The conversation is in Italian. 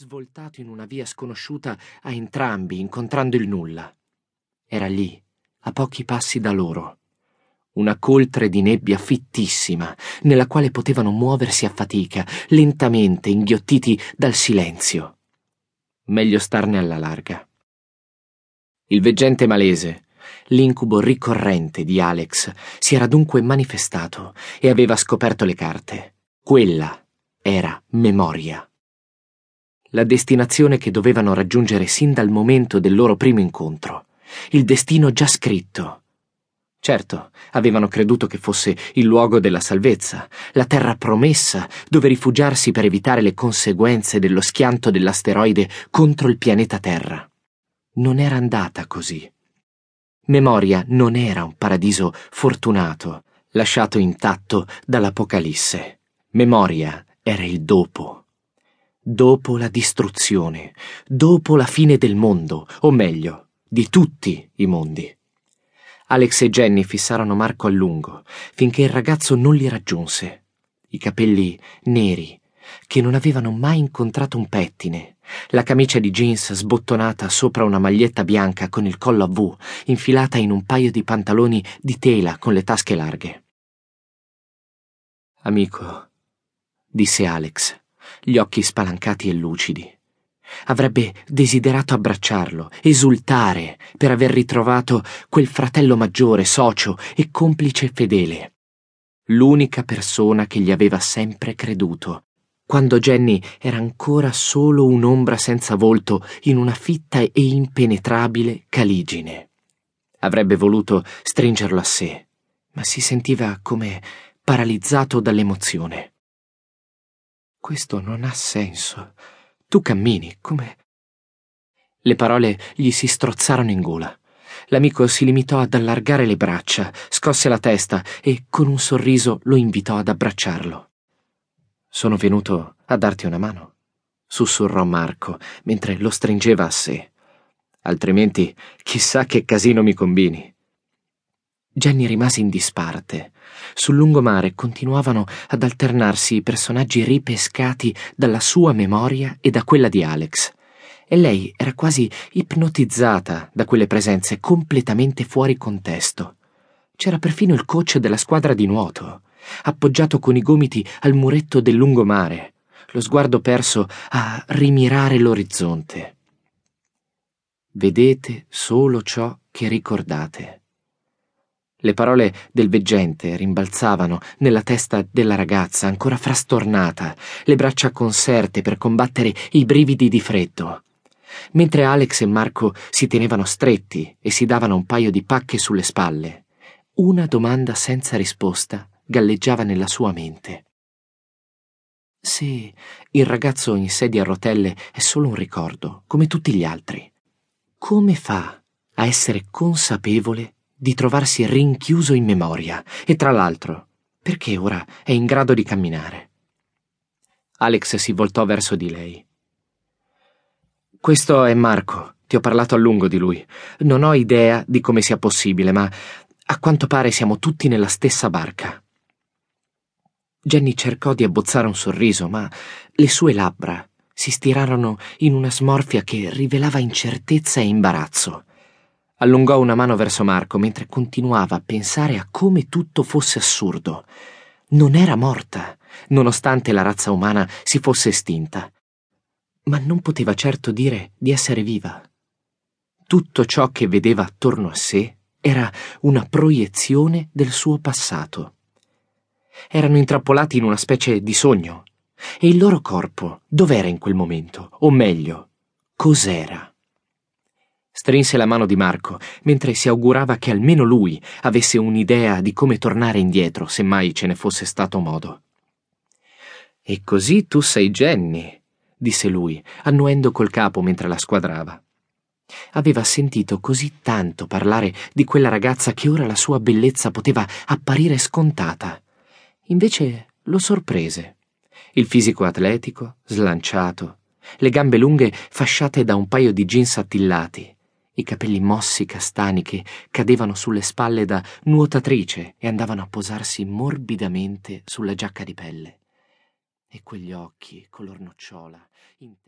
svoltato in una via sconosciuta a entrambi, incontrando il nulla. Era lì, a pochi passi da loro. Una coltre di nebbia fittissima, nella quale potevano muoversi a fatica, lentamente inghiottiti dal silenzio. Meglio starne alla larga. Il veggente malese, l'incubo ricorrente di Alex, si era dunque manifestato e aveva scoperto le carte. Quella era Memoria. La destinazione che dovevano raggiungere sin dal momento del loro primo incontro. Il destino già scritto. Certo, avevano creduto che fosse il luogo della salvezza, la terra promessa, dove rifugiarsi per evitare le conseguenze dello schianto dell'asteroide contro il pianeta Terra. Non era andata così. Memoria non era un paradiso fortunato, lasciato intatto dall'Apocalisse. Memoria era il dopo. Dopo la distruzione, dopo la fine del mondo, o meglio, di tutti i mondi. Alex e Jenny fissarono Marco a lungo, finché il ragazzo non li raggiunse. I capelli neri, che non avevano mai incontrato un pettine, la camicia di jeans sbottonata sopra una maglietta bianca con il collo a V, infilata in un paio di pantaloni di tela con le tasche larghe. «Amico», disse Alex, gli occhi spalancati e lucidi. Avrebbe desiderato abbracciarlo, esultare per aver ritrovato quel fratello maggiore, socio e complice fedele. L'unica persona che gli aveva sempre creduto, quando Jenny era ancora solo un'ombra senza volto in una fitta e impenetrabile caligine. Avrebbe voluto stringerlo a sé, ma si sentiva come paralizzato dall'emozione. «Questo non ha senso. Tu cammini, come...» Le parole gli si strozzarono in gola. L'amico si limitò ad allargare le braccia, scosse la testa e, con un sorriso, lo invitò ad abbracciarlo. «Sono venuto a darti una mano», sussurrò Marco, mentre lo stringeva a sé. «Altrimenti, chissà che casino mi combini». Jenny rimase in disparte. Sul lungomare continuavano ad alternarsi i personaggi ripescati dalla sua memoria e da quella di Alex, e lei era quasi ipnotizzata da quelle presenze completamente fuori contesto. C'era perfino il coach della squadra di nuoto, appoggiato con i gomiti al muretto del lungomare, lo sguardo perso a rimirare l'orizzonte. «Vedete solo ciò che ricordate». Le parole del veggente rimbalzavano nella testa della ragazza ancora frastornata, le braccia conserte per combattere i brividi di freddo. Mentre Alex e Marco si tenevano stretti e si davano un paio di pacche sulle spalle, una domanda senza risposta galleggiava nella sua mente. Se il ragazzo in sedia a rotelle è solo un ricordo, come tutti gli altri, come fa a essere consapevole di trovarsi rinchiuso in memoria e, tra l'altro, perché ora è in grado di camminare? Alex si voltò verso di lei. «Questo è Marco, ti ho parlato a lungo di lui. Non ho idea di come sia possibile, ma a quanto pare siamo tutti nella stessa barca». Jenny cercò di abbozzare un sorriso, ma le sue labbra si stirarono in una smorfia che rivelava incertezza e imbarazzo. Allungò una mano verso Marco mentre continuava a pensare a come tutto fosse assurdo. Non era morta, nonostante la razza umana si fosse estinta. Ma non poteva certo dire di essere viva. Tutto ciò che vedeva attorno a sé era una proiezione del suo passato. Erano intrappolati in una specie di sogno. E il loro corpo, dov'era in quel momento? O meglio, cos'era? Strinse la mano di Marco, mentre si augurava che almeno lui avesse un'idea di come tornare indietro, se mai ce ne fosse stato modo. «E così tu sei Jenny», disse lui, annuendo col capo mentre la squadrava. Aveva sentito così tanto parlare di quella ragazza che ora la sua bellezza poteva apparire scontata. Invece lo sorprese. Il fisico atletico, slanciato, le gambe lunghe fasciate da un paio di jeans attillati, i capelli mossi castani che cadevano sulle spalle da nuotatrice e andavano a posarsi morbidamente sulla giacca di pelle. E quegli occhi color nocciola,